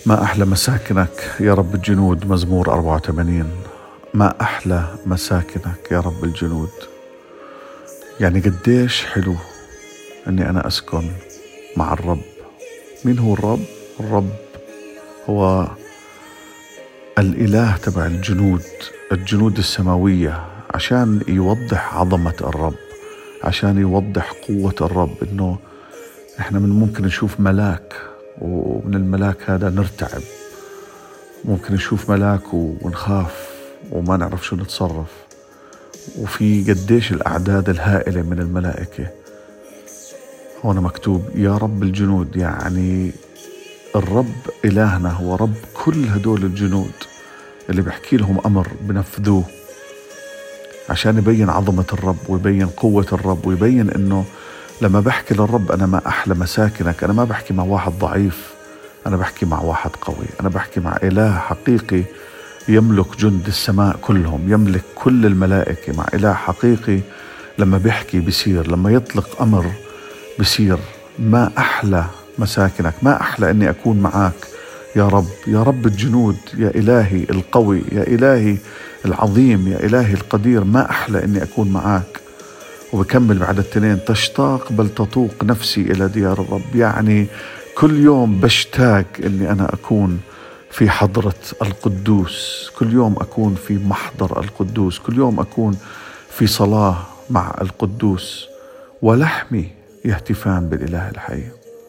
ما أحلى مساكنك يا رب الجنود، مزمور 84. ما أحلى مساكنك يا رب الجنود. يعني قديش حلو أني أنا أسكن مع الرب. مين هو الرب؟ الرب هو الإله تبع الجنود السماوية، عشان يوضح عظمة الرب، عشان يوضح قوة الرب. إنه إحنا من ممكن نشوف ملاك، ومن الملاك هذا نرتعب. ممكن نشوف ملاك ونخاف وما نعرف شو نتصرف. وفي قديش الأعداد الهائلة من الملائكة. هنا مكتوب يا رب الجنود، يعني الرب إلهنا هو رب كل هدول الجنود اللي بحكي لهم أمر بنفذوه، عشان يبين عظمة الرب ويبين قوة الرب، ويبين إنه لما بحكي للرب أنا ما أحلى مساكنك، أنا ما بحكي مع واحد ضعيف، أنا بحكي مع واحد قوي، أنا بحكي مع إله حقيقي يملك جند السماء كلهم، يملك كل الملائكة، مع إله حقيقي لما بيحكي بيصير، لما يطلق أمر بيصير. ما أحلى مساكنك، ما أحلى أني أكون معك يا رب، يا رب الجنود، يا إلهي القوي، يا إلهي العظيم، يا إلهي القدير. ما أحلى أني أكون معك. وبكمل بعد 2: تشتاق بل تطوق نفسي إلى ديار الرب. يعني كل يوم بشتاق أني أنا أكون في حضرة القدوس، كل يوم أكون في محضر القدوس، كل يوم أكون في صلاة مع القدوس، ولحمي يهتفان بالإله الحي.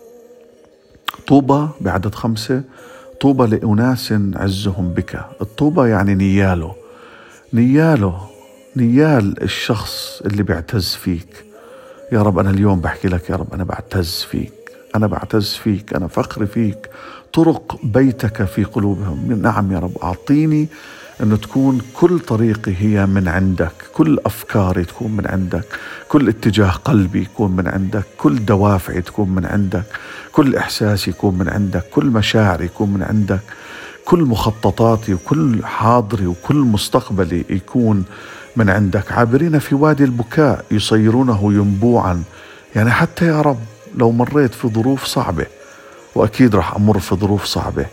طوبى بعدد 5: طوبى لأناس عزهم بك. الطوبى يعني نيال الشخص اللي بيعتز فيك. يا رب أنا اليوم بحكي لك يا رب أنا بعتز فيك، أنا فخر فيك. طرق بيتك في قلوبهم. نعم يا رب، أعطيني أنه تكون كل طريقي هي من عندك، كل أفكاري تكون من عندك، كل اتجاه قلبي يكون من عندك، كل دوافعي تكون من عندك، كل إحساسي يكون من عندك، كل مشاعري يكون من عندك، كل مخططاتي وكل حاضري وكل مستقبلي يكون من عندك. عابرين في وادي البكاء يصيرونه ينبوعا. يعني حتى يا رب لو مريت في ظروف صعبة، وأكيد رح أمر في ظروف صعبة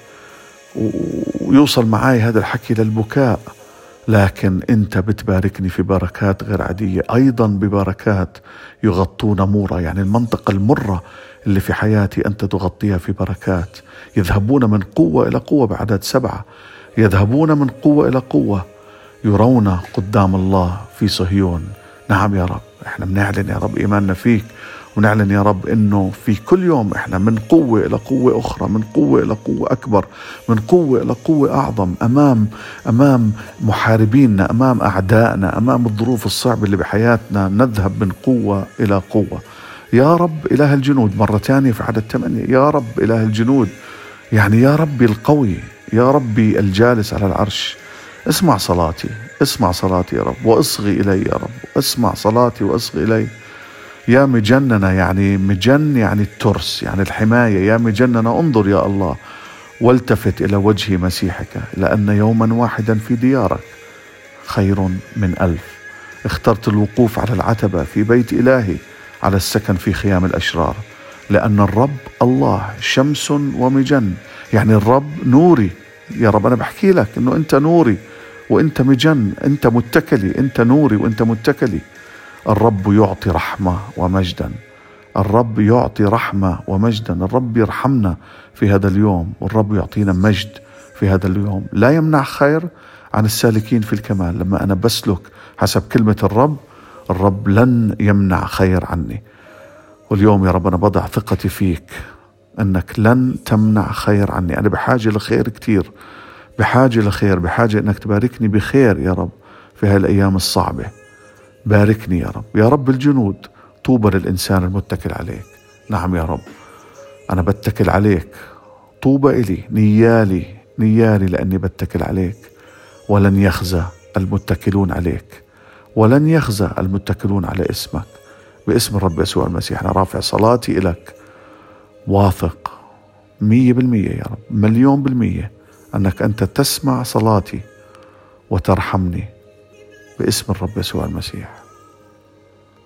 ويوصل معاي هذا الحكي للبكاء، لكن أنت بتباركني في بركات غير عادية، أيضا ببركات يغطون مورا. يعني المنطقة المرة اللي في حياتي أنت تغطيها في بركات. يذهبون من قوة إلى قوة بعدد 7. يذهبون من قوة إلى قوة، يرون قدام الله في صهيون. نعم يا رب، احنا بنعلن يا رب إيماننا فيك، ونعلن يا رب إنه في كل يوم إحنا من قوة إلى قوة أخرى، من قوة إلى قوة أكبر، من قوة إلى قوة أعظم، أمام محاربيننا، أمام أعدائنا، أمام الظروف الصعبة اللي بحياتنا. نذهب من قوة إلى قوة. يا رب إله الجنود، مرة تانية في عدد 8: يا رب إله الجنود، يعني يا ربي القوي، يا ربي الجالس على العرش. اسمع صلاتي يا رب واصغي إلي يا رب، اسمع صلاتي واصغي إلي. يا مجننا، يعني مجن يعني الترس، يعني الحماية. يا مجننا انظر يا الله والتفت إلى وجه مسيحك، لأن يوما واحدا في ديارك خير من 1000. اخترت الوقوف على العتبة في بيت إلهي، على السكن في خيام الأشرار، لأن الرب الله شمس ومجن. يعني الرب نوري. يا رب أنا بحكي لك إنه أنت نوري وأنت مجن، أنت متكلي، أنت نوري وأنت متكلي. الرب يعطي رحمة ومجدا، الرب يعطي رحمة ومجدا. الرب يرحمنا في هذا اليوم، والرب يعطينا مجد في هذا اليوم. لا يمنع خير عن السالكين في الكمال. لما أنا بسلك حسب كلمة الرب لن يمنع خير عني. واليوم يا رب أنا بضع ثقتي فيك أنك لن تمنع خير عني. أنا بحاجة لخير كتير، بحاجة أنك تباركني بخير يا رب في هذه الأيام الصعبة. باركني يا رب، يا رب الجنود. طوبى للإنسان المتكل عليك. نعم يا رب أنا بتكل عليك. طوبى إلي، نيالي لأني بتكل عليك. ولن يخزى المتكلون عليك، ولن يخزى المتكلون على اسمك. باسم الرب يسوع المسيح أنا رافع صلاتي إليك، واثق 100% يا رب، 1,000,000% أنك أنت تسمع صلاتي وترحمني باسم الرب يسوع المسيح.